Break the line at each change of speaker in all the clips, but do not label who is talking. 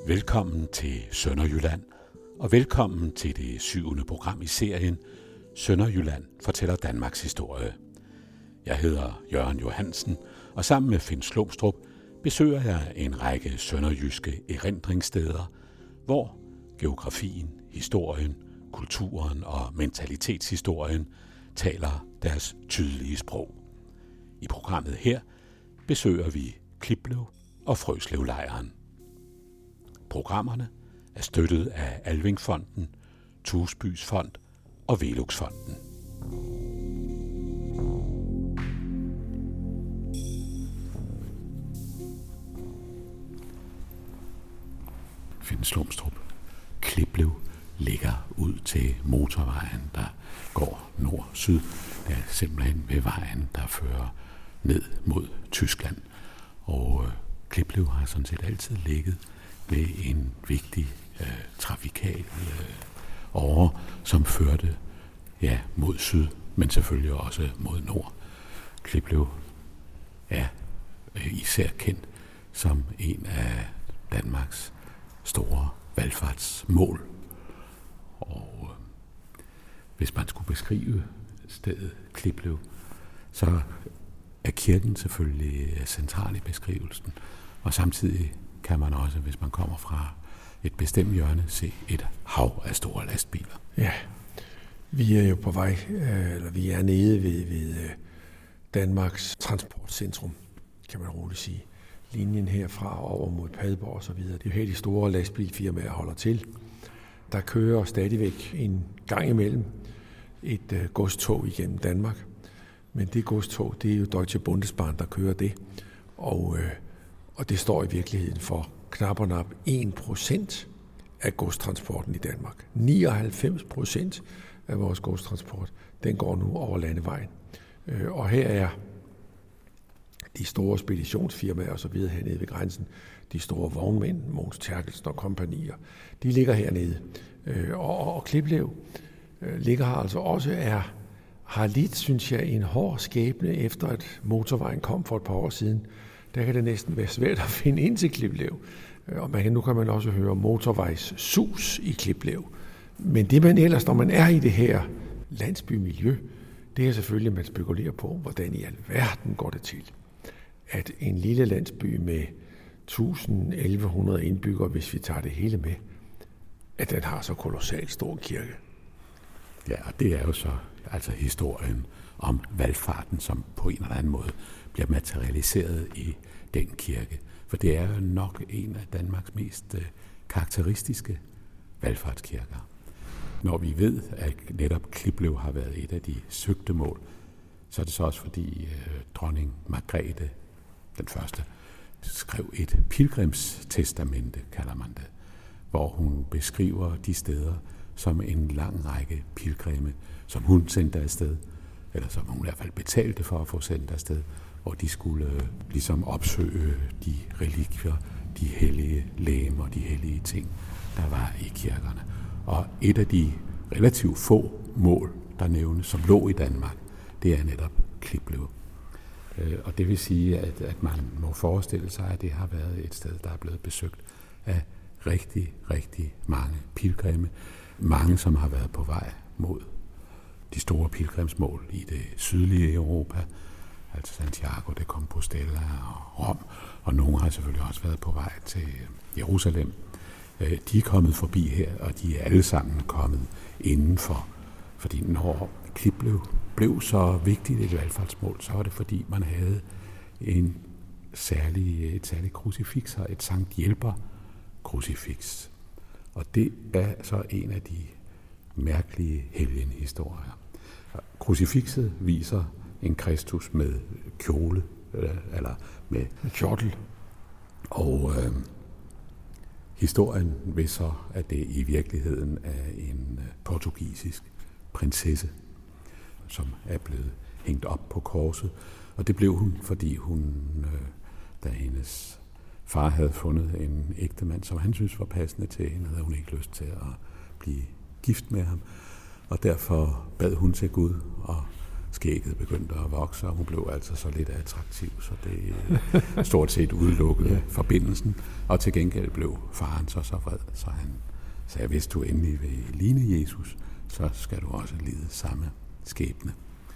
Velkommen til Sønderjylland, og velkommen til det 7. program i serien Sønderjylland fortæller Danmarks historie. Jeg hedder Jørgen Johansen, og sammen med Finn Slumstrup besøger jeg en række sønderjyske erindringssteder, hvor geografien, historien, kulturen og mentalitetshistorien taler deres tydelige sprog. I programmet her besøger vi Kliplev og Frøslevlejren. Programmerne er støttet af Alvingfonden, Tusbys Fond og Veluxfonden. Finn Slumstrup. Kliplev ligger ud til motorvejen, der går nord-syd. Det er simpelthen ved vejen, der fører ned mod Tyskland. Og Kliplev har sådan set altid ligget ved en vigtig trafikal åre, som førte mod syd, men selvfølgelig også mod nord. Kliplev er især kendt som en af Danmarks store valfartsmål. Og hvis man skulle beskrive stedet Kliplev, så er kirken selvfølgelig central i beskrivelsen, og samtidig kan man også, hvis man kommer fra et bestemt hjørne, se et hav af store lastbiler.
Ja, vi er jo på vej, eller vi er nede ved Danmarks transportcentrum, kan man roligt sige. Linjen herfra over mod Padborg og så videre. Det er jo her, de store lastbilfirmaer holder til. Der kører stadigvæk en gang imellem et godstog igennem Danmark. Men det godstog, det er jo Deutsche Bundesbahn, der kører det. Og det står i virkeligheden for knap og nap 1% af godstransporten i Danmark. 99% af vores godstransport, den går nu over landevejen. Og her er de store speditionsfirmaer og så videre hernede ved grænsen, de store vognmænd, Mogens Terkelsen og kompagnier, de ligger hernede. Og Kliplev ligger her altså også har lidt, synes jeg, en hård skæbne efter at motorvejen kom for et par år siden. Der kan det næsten være svært at finde ind til Kliplev. Og nu kan man også høre motorvejs sus i Kliplev. Men det man ellers, når man er i det her landsbymiljø, det er selvfølgelig, at man spekulerer på, hvordan i alverden går det til, at en lille landsby med 1000-1100 indbyggere, hvis vi tager det hele med, at den har så kolossalt stor kirke.
Ja, og det er jo så altså historien om valfarten, som på en eller anden måde bliver materialiseret i den kirke. For det er jo nok en af Danmarks mest karakteristiske valfartskirker. Når vi ved, at netop Kliplev har været et af de søgte mål, så er det så også fordi dronning Margrethe den første skrev et pilgrimstestamente, kalder man det, hvor hun beskriver de steder som en lang række pilgrimme, som hun sendte afsted, eller som hun i hvert fald betalte for at få sendt afsted, hvor de skulle ligesom opsøge de relikvier, de hellige legemer, de hellige ting, der var i kirkerne. Og et af de relativt få mål, der nævnes, som lå i Danmark, det er netop Kliplev. Og det vil sige, at man må forestille sig, at det har været et sted, der er blevet besøgt af rigtig, rigtig mange pilgrimme. Mange, som har været på vej mod de store pilgrimsmål i det sydlige Europa, altså Santiago de Compostela og Rom, og nogle har selvfølgelig også været på vej til Jerusalem. De er kommet forbi her, og de er alle sammen kommet indenfor. Fordi når Kliplev blev så vigtigt et valfartsmål, så var det fordi, man havde et særligt krucifiks og et Sankt Hjælper krucifiks. Og det er så en af de mærkelige helgenhistorier. Krucifixet viser en Kristus med kjole, eller med
kjortel.
Og historien vil så, at det i virkeligheden er en portugisisk prinsesse, som er blevet hængt op på korset. Og det blev hun, fordi hun, da hendes far havde fundet en ægtemand, som han synes var passende til hende, havde hun ikke lyst til at blive gift med ham. Og derfor bad hun til Gud og skægget begyndte at vokse, og hun blev altså så lidt attraktiv, så det stort set udelukkede forbindelsen. Og til gengæld blev faren så vred, så han sagde, hvis du endelig vil ligne Jesus, så skal du også lide samme skæbne.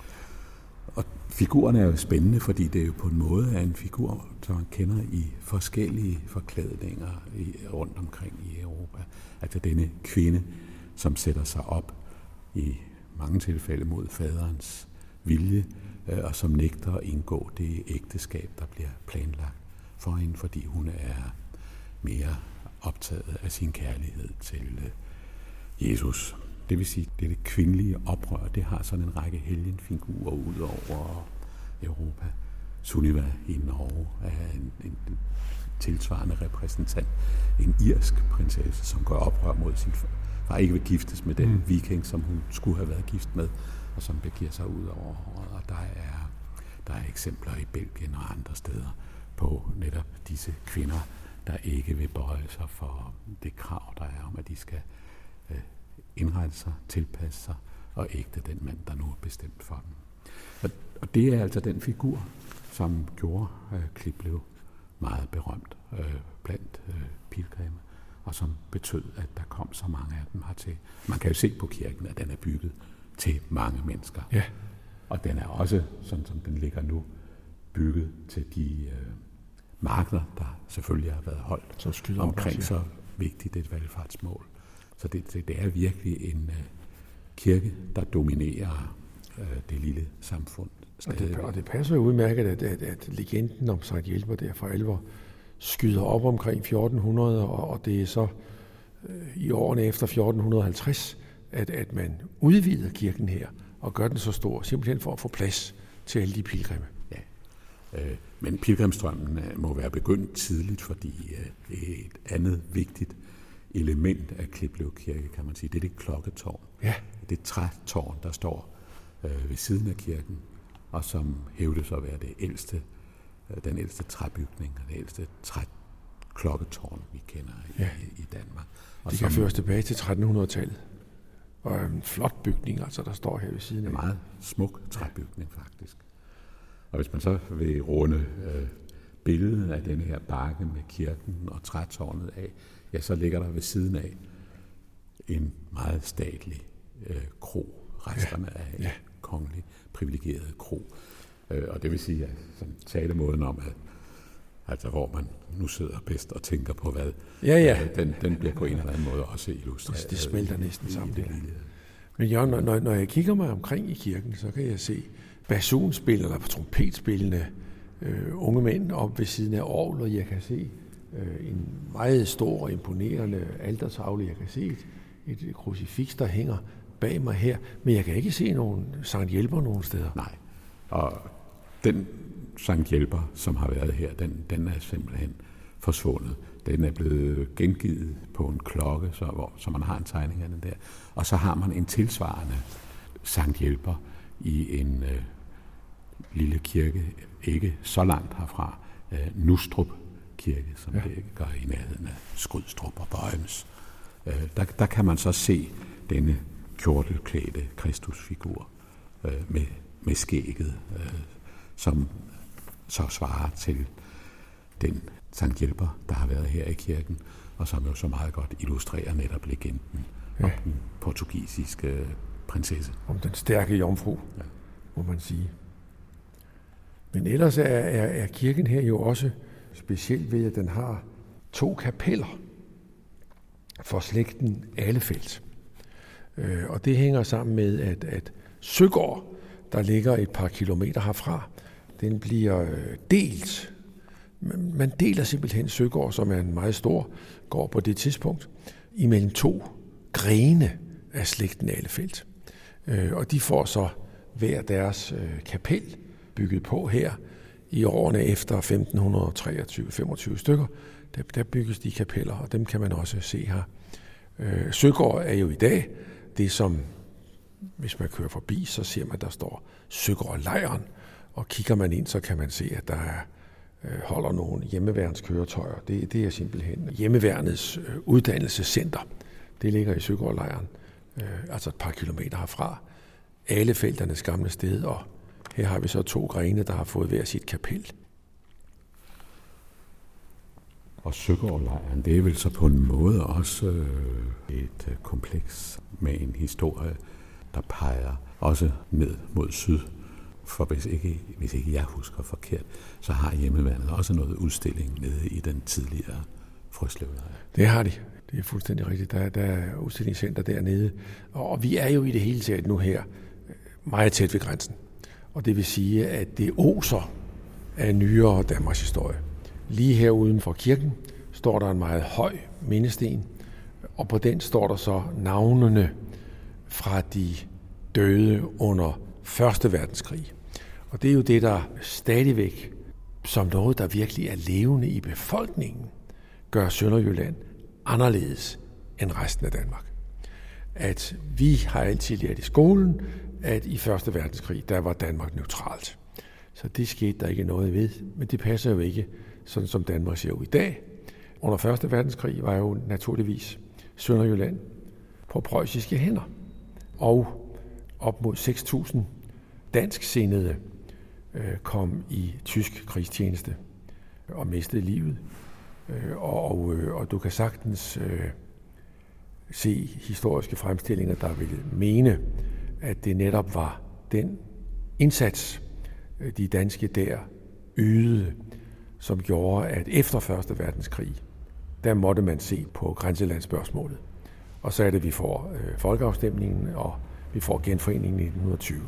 Og figuren er jo spændende, fordi det er jo på en måde er en figur, som man kender i forskellige forklædninger rundt omkring i Europa. Altså denne kvinde, som sætter sig op i mange tilfælde mod faderens vilje, og som nægter at indgå det ægteskab, der bliver planlagt for hende, fordi hun er mere optaget af sin kærlighed til Jesus. Det vil sige, det kvindelige oprør, det har sådan en række helgenfigurer ud over Europa. Sunniva i Norge er en tilsvarende repræsentant. En irsk prinsesse, som går oprør mod sin far, ikke vil giftes med den viking, som hun skulle have været gift med, og som begiver sig ud over håret. Og der er eksempler i Belgien og andre steder på netop disse kvinder, der ikke vil bøje sig for det krav, der er om, at de skal indrette sig, tilpasse sig og ægte den mand, der nu er bestemt for dem. Og det er altså den figur, som gjorde Kliplev meget berømt blandt pilgrimme, og som betød, at der kom så mange af dem hertil. Man kan jo se på kirken, at den er bygget til mange mennesker.
Ja.
Og den er også, sådan som den ligger nu, bygget til de markeder, der selvfølgelig har været holdt omkring så vigtigt et valgfartsmål. Så det er virkelig en kirke, der dominerer det lille samfund.
Og det passer jo udmærket, at legenden om Sankt Hjælper der for alvor skyder op omkring 1400, og det er så i årene efter 1450, at man udvider kirken her og gør den så stor, simpelthen for at få plads til alle de pilgrimme.
Ja, men pilgrimstrømmen må være begyndt tidligt, fordi det er et andet vigtigt element af Kliplev Kirke, kan man sige. Det er det klokketårn.
Ja. Det
trætårn, der står ved siden af kirken, og som hævdes at være den ældste træbygning, og det ældste klokketårn, vi kender i Danmark. Og
det kan føres tilbage til 1300-tallet. Og en flot bygning, altså, der står her ved siden af.
En meget smuk træbygning, faktisk. Og hvis man så vil runde billedet af denne her bakke med kirken og trætårnet af, ja, så ligger der ved siden af en meget statlig kro, resterne af en kongelig privilegeret kro. Og det vil sige, at talemåden om, at altså hvor man nu sidder bedst og tænker på hvad, den bliver på en eller anden måde også illustreret.
Det smelter næsten sammen. Men Jørgen, når jeg kigger mig omkring i kirken, så kan jeg se basunspil eller trompetspillende unge mænd op ved siden af orglet. Jeg kan se en meget stor og imponerende altertavle. Jeg kan se et krucifiks, der hænger bag mig her, men jeg kan ikke se nogen Sankt Hjælper nogen steder.
Nej, og den Sankt Hjælper, som har været her, den er simpelthen forsvundet. Den er blevet gengivet på en klokke, så man har en tegning af den der. Og så har man en tilsvarende Sankt Hjælper i en lille kirke, ikke så langt herfra, Nustrup Kirke, som ligger i nærheden af Skrydstrup og Bøjens. Der kan man så se denne kjortelklædte Kristusfigur med skægget, som så svarer til den Sankt Hjælper, der har været her i kirken, og som jo så meget godt illustrerer netop legenden om den portugisiske prinsesse.
Om den stærke jomfru, må man sige. Men ellers er kirken her jo også specielt ved, at den har 2 kapeller for slægten Ahlefeldt. Og det hænger sammen med, at Søgård, der ligger et par kilometer herfra, den bliver delt. Man deler simpelthen Søgård, som er en meget stor gård på det tidspunkt, imellem 2 grene af slægten Ahlefeldt. Og de får så hver deres kapel bygget på her. I årene efter 1523-25 stykker, der bygges de kapeller, og dem kan man også se her. Søgård er jo i dag det, som, hvis man kører forbi, så ser man, der står Søgårdlejren, og kigger man ind, så kan man se, at der holder nogle hjemmeværnskøretøjer. Det er simpelthen hjemmeværnets uddannelsescenter. Det ligger i Søgårdlejren, altså et par kilometer herfra. Ahlefelternes gamle sted, og her har vi så 2 grene, der har fået hver sit kapel.
Og Søgårdlejren, det er vel så på en måde også et kompleks med en historie, der peger også ned mod syd. For hvis ikke jeg husker forkert, så har Hjemmeværnet også noget udstilling nede i den tidligere Frøslevlejr.
Det har de. Det er fuldstændig rigtigt. Der er udstillingscenter dernede. Og vi er jo i det hele taget nu her meget tæt ved grænsen. Og det vil sige, at det oser af nyere Danmarks historie. Lige her uden for kirken står der en meget høj mindesten, og på den står der så navnene fra de døde under 1. verdenskrig. Og det er jo det, der stadigvæk, som noget, der virkelig er levende i befolkningen, gør Sønderjylland anderledes end resten af Danmark. At vi har altid lært i skolen, at i 1. verdenskrig, der var Danmark neutralt. Så det skete der ikke noget ved, men det passer jo ikke, sådan som Danmark ser ud i dag. Under 1. verdenskrig var jo naturligvis Sønderjylland på preussiske hænder, og op mod 6.000 dansksindede kom i tysk krigstjeneste og mistede livet. Og du kan sagtens se historiske fremstillinger, der vil mene, at det netop var den indsats, de danske der ydede, som gjorde, at efter 1. verdenskrig, der måtte man se på grænselandsspørgsmålet. Og så er det, vi får folkeafstemningen, og vi får genforeningen i 1920.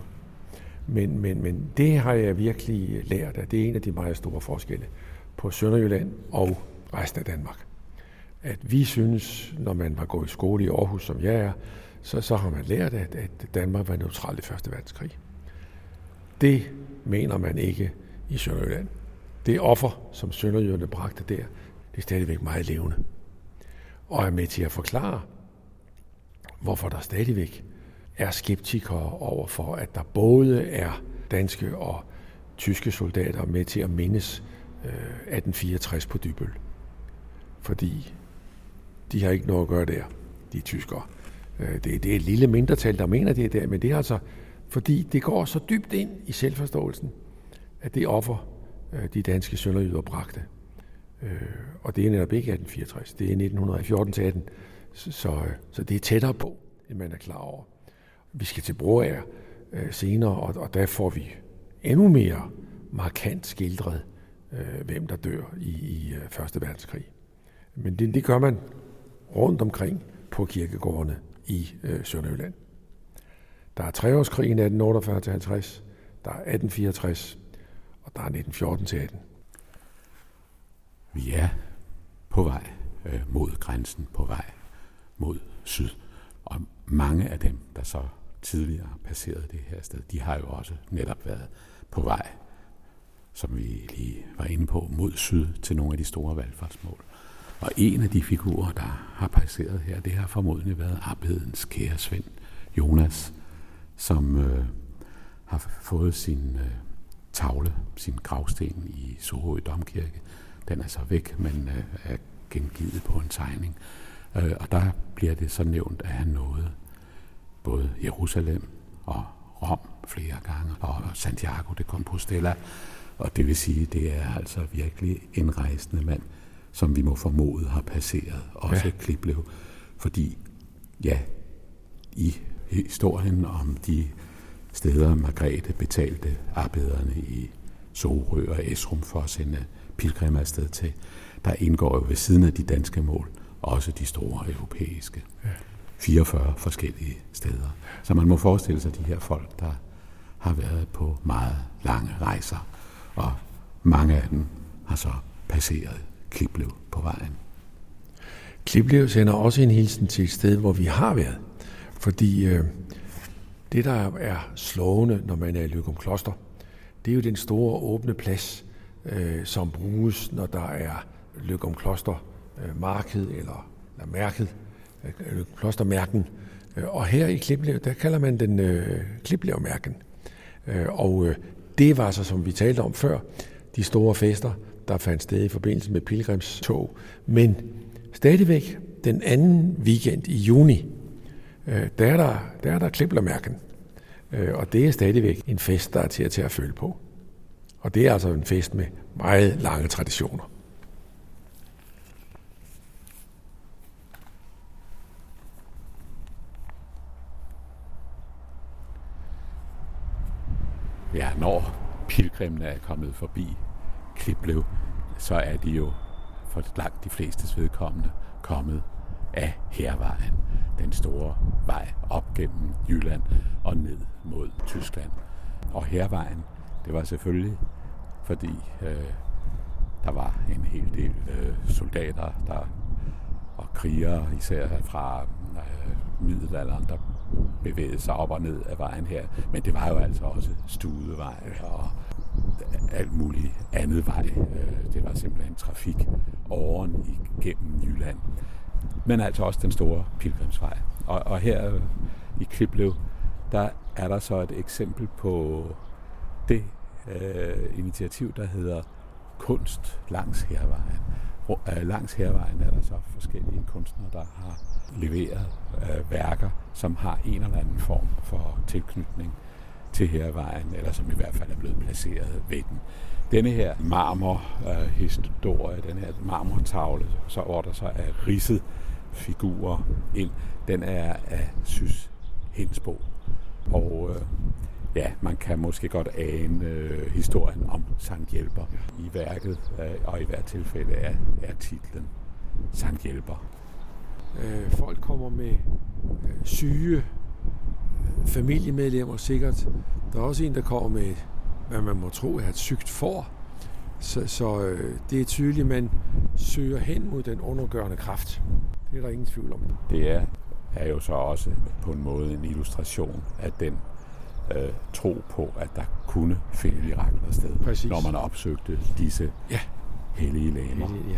Men det har jeg virkelig lært, at det er en af de meget store forskelle på Sønderjylland og resten af Danmark. At vi synes, når man var gået i skole i Aarhus, som jeg er, så har man lært, at Danmark var neutralt i 1. verdenskrig. Det mener man ikke i Sønderjylland. Det offer, som sønderjyderne bragte der, det er stadigvæk meget levende. Og er med til at forklare, hvorfor der stadigvæk er skeptikere overfor, at der både er danske og tyske soldater med til at mindes 1864 på Dybbøl. Fordi de har ikke noget at gøre der, de tyskere. Det er et lille mindretal, der mener det der, men det er altså, fordi det går så dybt ind i selvforståelsen, at det offer, de danske sønderjyder bragte. Og det er netop ikke 1864, det er 1914-18, så det er tættere på, end man er klar over. Vi skal til Broager senere, og der får vi endnu mere markant skildret, hvem der dør i 1. verdenskrig. Men det gør man rundt omkring på kirkegårdene i Sønderjylland. Der er treårskrigen 1848-50, der er 1864, og der er 1914-18.
Vi er på vej mod grænsen, på vej mod syd. Og mange af dem, der så tidligere har passeret det her sted, de har jo også netop været på vej, som vi lige var inde på, mod syd til nogle af de store valgfartsmål. Og en af de figurer, der har passeret her, det har formodentlig været abbedens kære svend Jonas, som har fået sin tavle, sin gravsten i Sorø Domkirke. Den er så væk, men er gengivet på en tegning. Og der bliver det så nævnt, at han nåede både Jerusalem og Rom flere gange, og Santiago de Compostela. Og det vil sige, det er altså virkelig en rejsende mand, som vi må formode har passeret også Kliplev. Fordi ja, i historien om de steder, Margrethe betalte abbederne i Sorø og Esrum for at sende pilgrimer afsted til, der indgår jo ved siden af de danske mål også de store europæiske. 44 forskellige steder. Så man må forestille sig de her folk, der har været på meget lange rejser, og mange af dem har så passeret Kliplev på vejen.
Kliplev sender også en hilsen til et sted, hvor vi har været. Fordi det, der er slående, når man er i Løgumkloster, det er jo den store åbne plads, som bruges, når der er Løgumkloster marked eller mærket, klostermærken. Og her i Kliplev, der kalder man den Kliplevmærken. Og det var så, som vi talte om før, de store fester, der fandt sted i forbindelse med pilgrimstog. Men stadigvæk den anden weekend i juni, der er der Kliplevmærken. Og det er stadigvæk en fest, der er til at tage at føle på. Og det er altså en fest med meget lange traditioner.
Ja, når pilgrimene er kommet forbi Kliplev, så er de jo for langt de flestes vedkommende kommet af Hærvejen, den store vej op gennem Jylland og ned mod Tyskland. Og Hærvejen, det var selvfølgelig, fordi der var en hel del soldater og krigere, især fra middelalderen, der bevægede sig op og ned af vejen her. Men det var jo altså også Studevej og alt muligt andet vej. Det var simpelthen trafik åren igennem Jylland. Men altså også den store pilgrimsvej. Og her i Kliplev, der er der så et eksempel på det initiativ, der hedder Kunst langs Hærvejen. Langs Hærvejen er der så forskellige kunstnere, der har leveret værker, som har en eller anden form for tilknytning til Hærvejen, eller som i hvert fald er blevet placeret ved den. Denne her marmorhistorie, den her marmortavle, hvor der så er ridset figurer ind, den er af Sys Hindsbo. Og man kan måske godt ane historien om Sankt Hjælper i værket, og i hvert tilfælde er titlen Sankt Hjælper.
Folk kommer med syge familiemedlemmer sikkert. Der er også en, der kommer med, hvad man må tro er et sygt får. Så det er tydeligt, at man søger hen mod den undergørende kraft. Det er der ingen tvivl om.
Det er jo så også på en måde en illustration af den tro på, at der kunne finde mirakler sted,
præcis,
når man opsøgte disse hellige legemer.
Ja.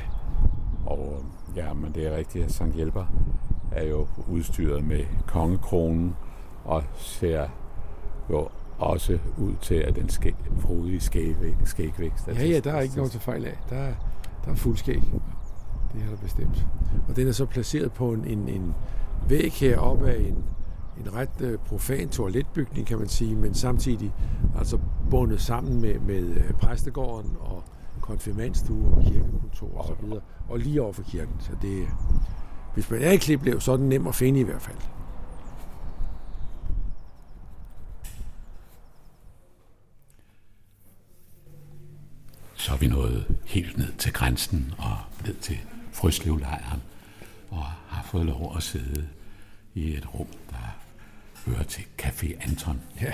Og men det er rigtigt, at Sankt Hjælper er jo udstyret med kongekronen og ser jo også ud til, at den frodige skægvækst.
Ja, der er ikke noget til fejl af. Der er fuld skæg. Det er der bestemt. Og den er så placeret på en væg heroppe af en ret profan toiletbygning, kan man sige, men samtidig altså bundet sammen med præstegården og konfirmandstue og kirkekontor og så videre, og lige over for kirken. Så det, hvis man er i Kliplev, så er den nem at finde i hvert fald.
Så er vi nået helt ned til grænsen og ned til Frøslevlejren og har fået lov at sidde i et rum, der hører til Café Anton.
Ja.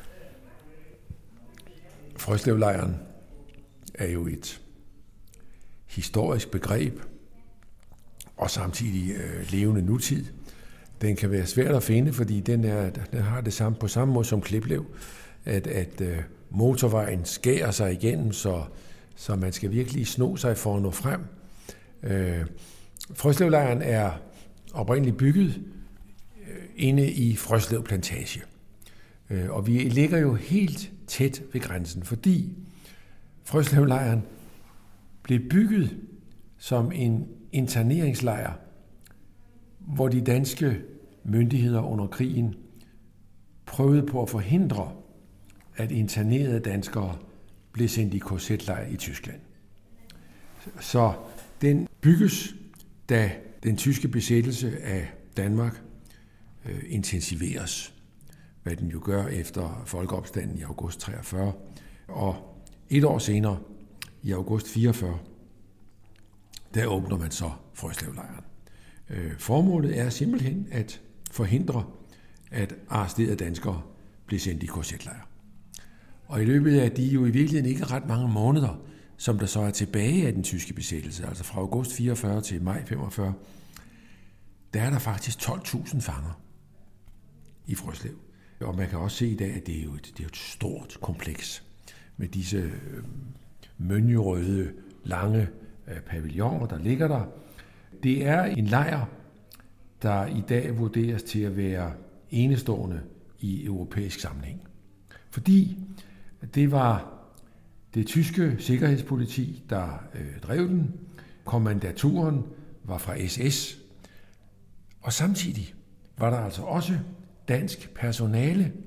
Frøslevlejren er jo et historisk begreb og samtidig levende nutid. Den kan være svært at finde, fordi den har det samme på samme måde som Kliplev, at motorvejen skærer sig igennem, så man skal virkelig sno sig for at nå frem. Frøslevlejren er oprindeligt bygget inde i Frøslev Plantage. Og vi ligger jo helt tæt ved grænsen, fordi Frøslevlejren blev bygget som en interneringslejr, hvor de danske myndigheder under krigen prøvede på at forhindre, at internerede danskere blev sendt i KZ-lejr i Tyskland. Så den bygges, da den tyske besættelse af Danmark intensiveres, hvad den jo gør efter folkeopstanden i august 43, og et år senere, i august 44, der åbner man så Frøslevlejren. Formålet er simpelthen at forhindre, at arresterede danskere bliver sendt i KZ-lejre. Og i løbet af de jo i virkeligheden ikke ret mange måneder, som der så er tilbage af den tyske besættelse, altså fra august 44 til maj 45, der er der faktisk 12.000 fanger i Frøslev. Og man kan også se i dag, at det er jo et stort kompleks med disse mønjerøde, lange pavilloner, der ligger der. Det er en lejr, der i dag vurderes til at være enestående i europæisk sammenhæng. Fordi det var det tyske sikkerhedspoliti, der drev den. Kommandaturen var fra SS. Og samtidig var der altså også dansk personale,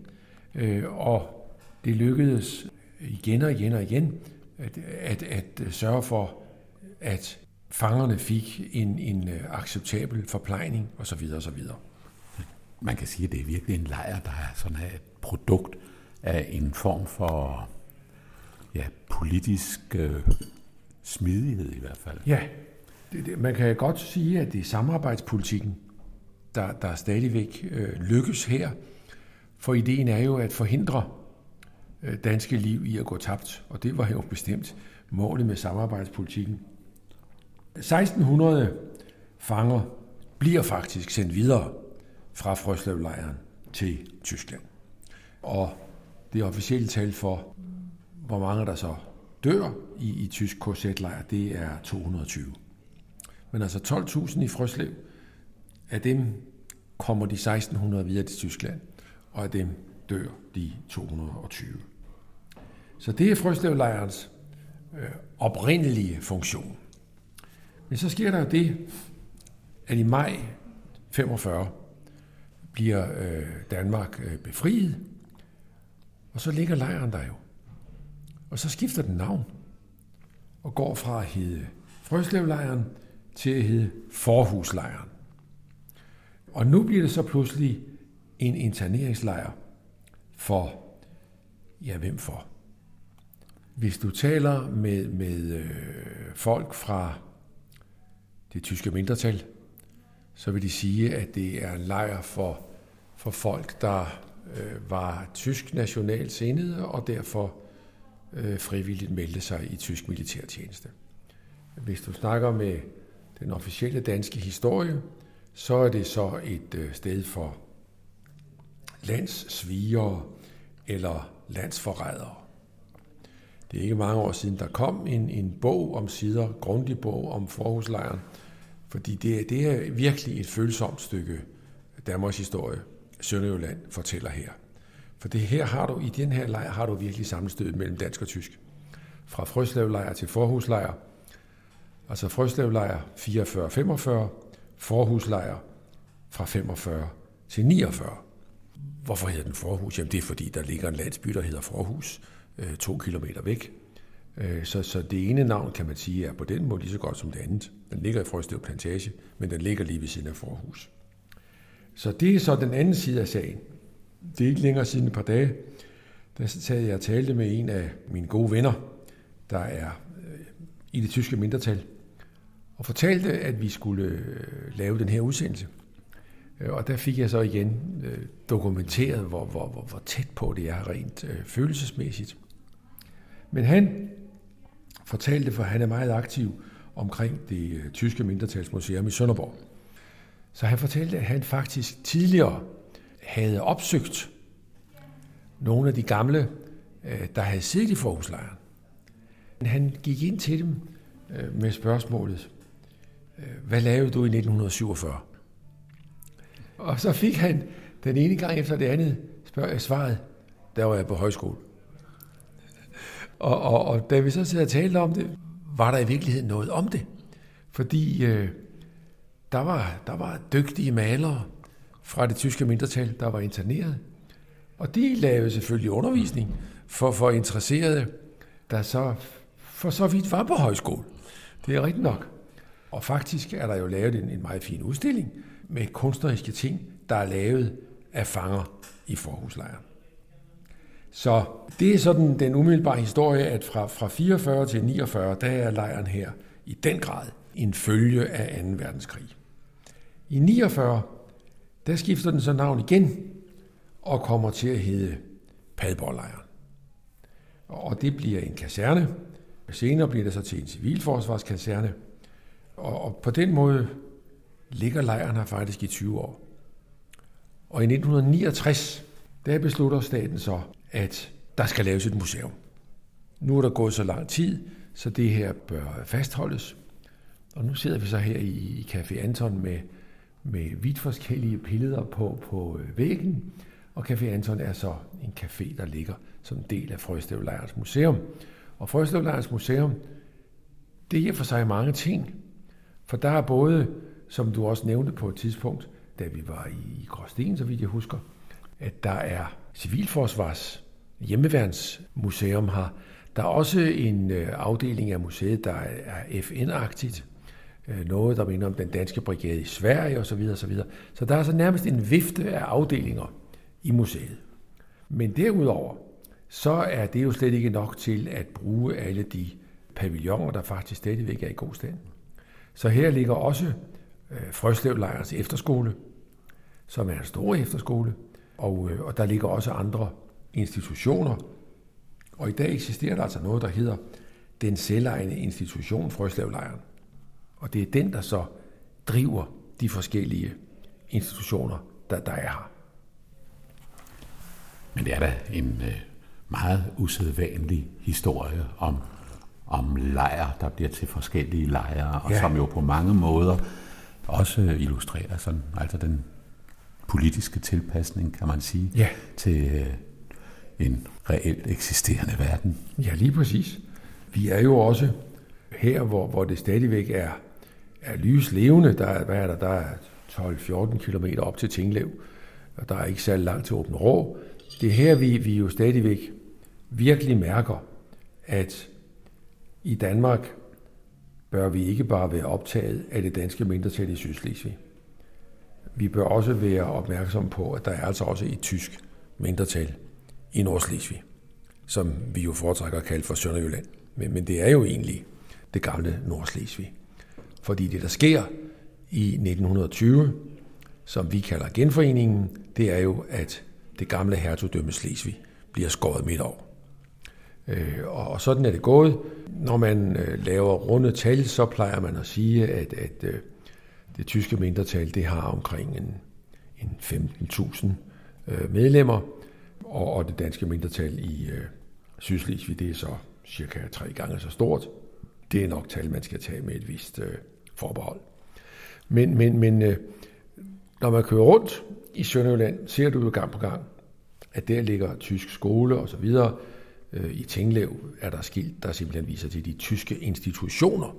Og det lykkedes igen og igen at sørge for, at fangerne fik en acceptabel forplejning osv. osv.
Man kan sige, at det er virkelig en lejr, der er sådan et produkt af en form for politisk smidighed i hvert fald.
Ja, man kan godt sige, at det er samarbejdspolitikken, der stadigvæk lykkes her. For ideen er jo at forhindre danske liv i at gå tabt, og det var jo bestemt målet med samarbejdspolitikken. 1600 fanger bliver faktisk sendt videre fra Frøslevlejren til Tyskland. Og det officielle tal for, hvor mange der så dør i tysk KZ-lejr, det er 220. Men altså 12.000 i Frøslev, af dem kommer de 1600 videre til Tyskland, og af dem dør de 220. Så det er Frøslevlejrens oprindelige funktion. Men så sker der jo det, at i maj 45 bliver Danmark befriet, og så ligger lejren der jo. Og så skifter den navn, og går fra at hedde Frøslevlejren til at hedde Forhuslejren. Og nu bliver det så pludselig en interneringslejr for, hvem for? Hvis du taler med folk fra det tyske mindretal, så vil de sige, at det er en lejr for folk, der var tysk nationalt sindede og derfor frivilligt meldte sig i tysk militærtjeneste. Hvis du snakker med den officielle danske historie, så er det så et sted for landssvigere eller landsforrædere. Det er ikke mange år siden, der kom en bog om sider, grundig bog om Forhuslejren, fordi det er virkelig et følsomt stykke Danmarks historie, Sønderjylland fortæller her. For det her har du, i den her lejr har du virkelig sammenstødet mellem dansk og tysk. Fra Frøslevlejr til Forhuslejr, altså Frøslevlejr 44-45, Forhuslejr fra 45 til 49. Hvorfor hedder den Forhus? Jamen det er fordi, der ligger en landsby, der hedder Forhus, 2 kilometer væk. Så det ene navn, kan man sige, er på den måde lige så godt som det andet. Den ligger i Frøslev Plantage, men den ligger lige ved siden af Forhus. Så det er så den anden side af sagen. Det er ikke længere siden et par dage, der sad jeg og talte med en af mine gode venner, der er i det tyske mindretal, og fortalte, at vi skulle lave den her udsendelse. Og der fik jeg så igen dokumenteret, hvor tæt på det er rent følelsesmæssigt. Men han fortalte, for han er meget aktiv omkring det tyske mindretalsmuseum i Sønderborg. Så han fortalte, at han faktisk tidligere havde opsøgt nogle af de gamle, der havde siddet i Forhuslejren. Han gik ind til dem med spørgsmålet, hvad lavede du i 1947? Og så fik han den ene gang efter det andet svaret, der var jeg på højskole. Og da vi så sidder og talte om det, var der i virkeligheden noget om det. Fordi der var dygtige malere fra det tyske mindretal, der var interneret. Og de lavede selvfølgelig undervisning for interesserede, der så for så vidt var på højskole. Det er rigtigt nok. Og faktisk er der jo lavet en meget fin udstilling med kunstneriske ting, der er lavet af fanger i Forhuslejren. Så det er sådan den umiddelbare historie, at fra 44 til 49, der er lejren her i den grad en følge af 2. verdenskrig. I 49, der skifter den så navn igen og kommer til at hedde Padborglejren. Og det bliver en kaserne. Senere bliver det så til en civilforsvarskaserne. Og på den måde ligger lejren her faktisk i 20 år. Og i 1969, der beslutter staten så, at der skal laves et museum. Nu er der gået så lang tid, så det her bør fastholdes. Og nu sidder vi så her i Café Anton med vidt forskellige billeder på væggen. Og Café Anton er så en café, der ligger som en del af Frøslevlejrens museum. Og Frøslevlejrens museum, det er for sig mange ting. For der er både, som du også nævnte på et tidspunkt, da vi var i Gråsten, så vidt jeg husker, at der er civilforsvars hjemmeværnsmuseum her. Der er også en afdeling af museet, der er FN-agtigt. Noget, der minder om den danske brigade i Sverige osv. osv. Så der er så nærmest en vifte af afdelinger i museet. Men derudover, så er det jo slet ikke nok til at bruge alle de pavilloner, der faktisk stadigvæk er i god stand. Så her ligger også Frøslevlejrens efterskole, som er en stor efterskole, og der ligger også andre institutioner. Og i dag eksisterer der altså noget, der hedder den selvejende institution Frøslevlejren. Og det er den, der så driver de forskellige institutioner, der er her.
Men det er da en meget usædvanlig historie om lejre, der bliver til forskellige lejre, og som jo på mange måder også illustrerer sådan, altså den politiske tilpasning, kan man sige, til en reelt eksisterende verden.
Ja, lige præcis. Vi er jo også her, hvor det stadigvæk er lyslevende. Der er 12-14 kilometer op til Tinglev, og der er ikke særlig langt til Aabenraa. Det er her, vi jo stadigvæk virkelig mærker, at i Danmark bør vi ikke bare være optaget af det danske mindretal i Sydslesvig. Vi bør også være opmærksom på, at der er altså også et tysk mindretal i Nordslesvig, som vi jo foretrækker at kalde for Sønderjylland. Men det er jo egentlig det gamle Nordslesvig. Fordi det, der sker i 1920, som vi kalder genforeningen, det er jo, at det gamle hertugdømme Slesvig bliver skåret midt over. Og sådan er det gået. Når man laver runde tal, så plejer man at sige, at det tyske mindretal det har omkring en 15.000 medlemmer, og det danske mindretal i Sydslesvig, det er så cirka 3 gange så stort. Det er nok tal, man skal tage med et vist forbehold. Men når man kører rundt i Sønderjylland, ser du jo gang på gang, at der ligger tysk skole og så videre. I Tinglev er der skilt, der simpelthen viser til de tyske institutioner,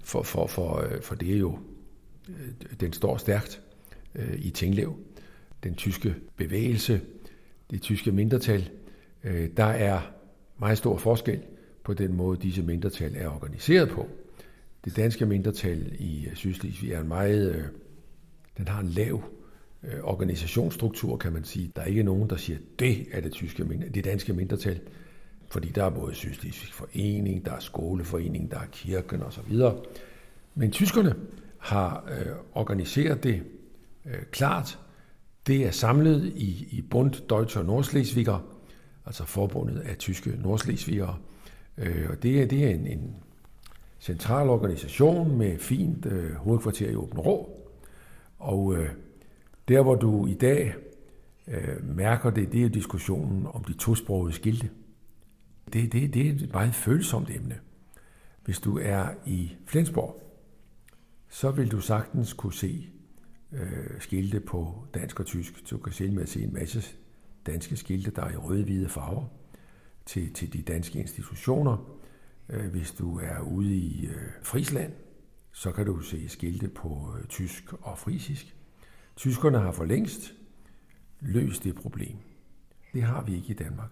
for det er jo, den står stærkt i Tinglev. Den tyske bevægelse, det tyske mindretal, der er meget stor forskel på den måde, disse mindretal er organiseret på. Det danske mindretal i Sydslesvig er den har en lav organisationsstruktur, kan man sige. Der er ikke nogen, der siger, at det er det danske mindretal, fordi der er både Sydslesvig Forening, der er skoleforening, der er kirken osv. Men tyskerne har organiseret det klart. Det er samlet i Bund Deutscher Nordschleswiger, altså forbundet af tyske nordslesvigere. Og det er en central organisation med fint hovedkvarter i Aabenraa. Og der, hvor du i dag mærker det er diskussionen om de tosprogede skilte. Det er et meget følsomt emne. Hvis du er i Flensborg, så vil du sagtens kunne se skilte på dansk og tysk. Du kan selv med at se en masse danske skilte, der er i røde-hvide farver til de danske institutioner. Hvis du er ude i Friesland, så kan du se skilte på tysk og frisisk. Tyskerne har for længst løst det problem. Det har vi ikke i Danmark.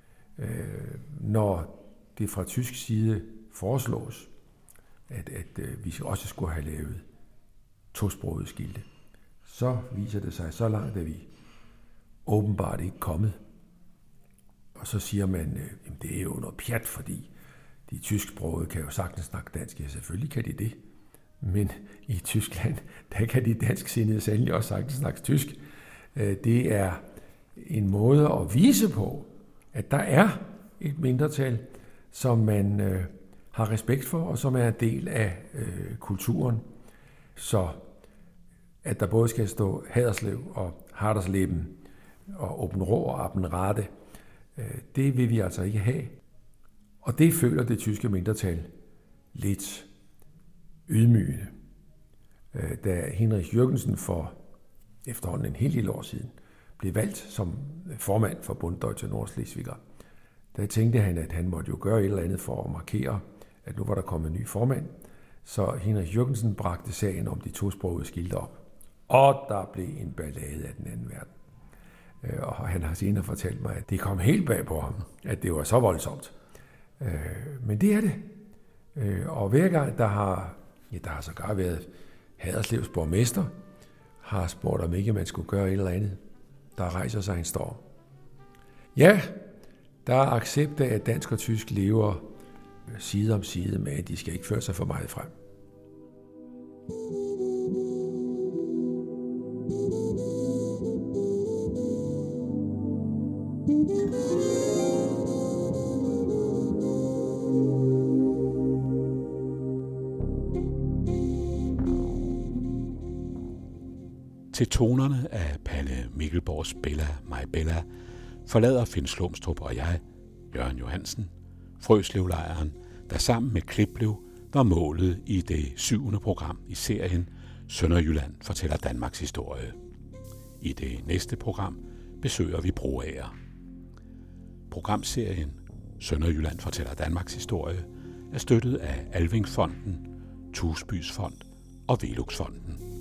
Når det fra tysk side foreslås, at vi også skulle have lavet tosprogede skilte, så viser det sig så langt, at vi åbenbart ikke kommet. Og så siger man, at det er jo noget pjat, fordi de tysksprogede kan jo sagtens snakke dansk. Ja, selvfølgelig kan de det. Men i Tyskland, der kan de dansksindede sandelig også sagtens snakke tysk. Det er en måde at vise på, at der er et mindretal, som man har respekt for, og som er en del af kulturen. Så at der både skal stå Haderslev og Hadersleben og Aabenraa og Appenrade, det vil vi altså ikke have. Og det føler det tyske mindretal lidt ydmygende. Da Hinrich Jürgensen for efterhånden en hel del år siden blev valgt som formand for Bund Deutscher Nordschleswiger, der tænkte han, at han måtte jo gøre et eller andet for at markere, at nu var der kommet en ny formand. Så Hinrich Jürgensen bragte sagen om de tosprogede skilte op. Og der blev en ballade af den anden verden. Og og han har senere fortalt mig, at det kom helt bag på ham, at det var så voldsomt. Men det er det. Og hver gang der har sågar været Haderslevs borgmester, har spurgt om ikke man skulle gøre et eller andet, der rejser sig en storm. Ja, der er accept af, at dansk og tysk lever side om side, men de skal ikke føre sig for meget frem.
Til tonerne af Palle Mikkelborgs Bella, mig Bella, forlader Finn Slumstrup og jeg, Jørgen Johansen, Frøslevlejren, der sammen med Kliplev var målet i det 7. program i serien Sønderjylland fortæller Danmarks historie. I det næste program besøger vi Broager. Programserien Sønderjylland fortæller Danmarks historie er støttet af Alvingfonden, Tusbys Fond og Velux Fonden.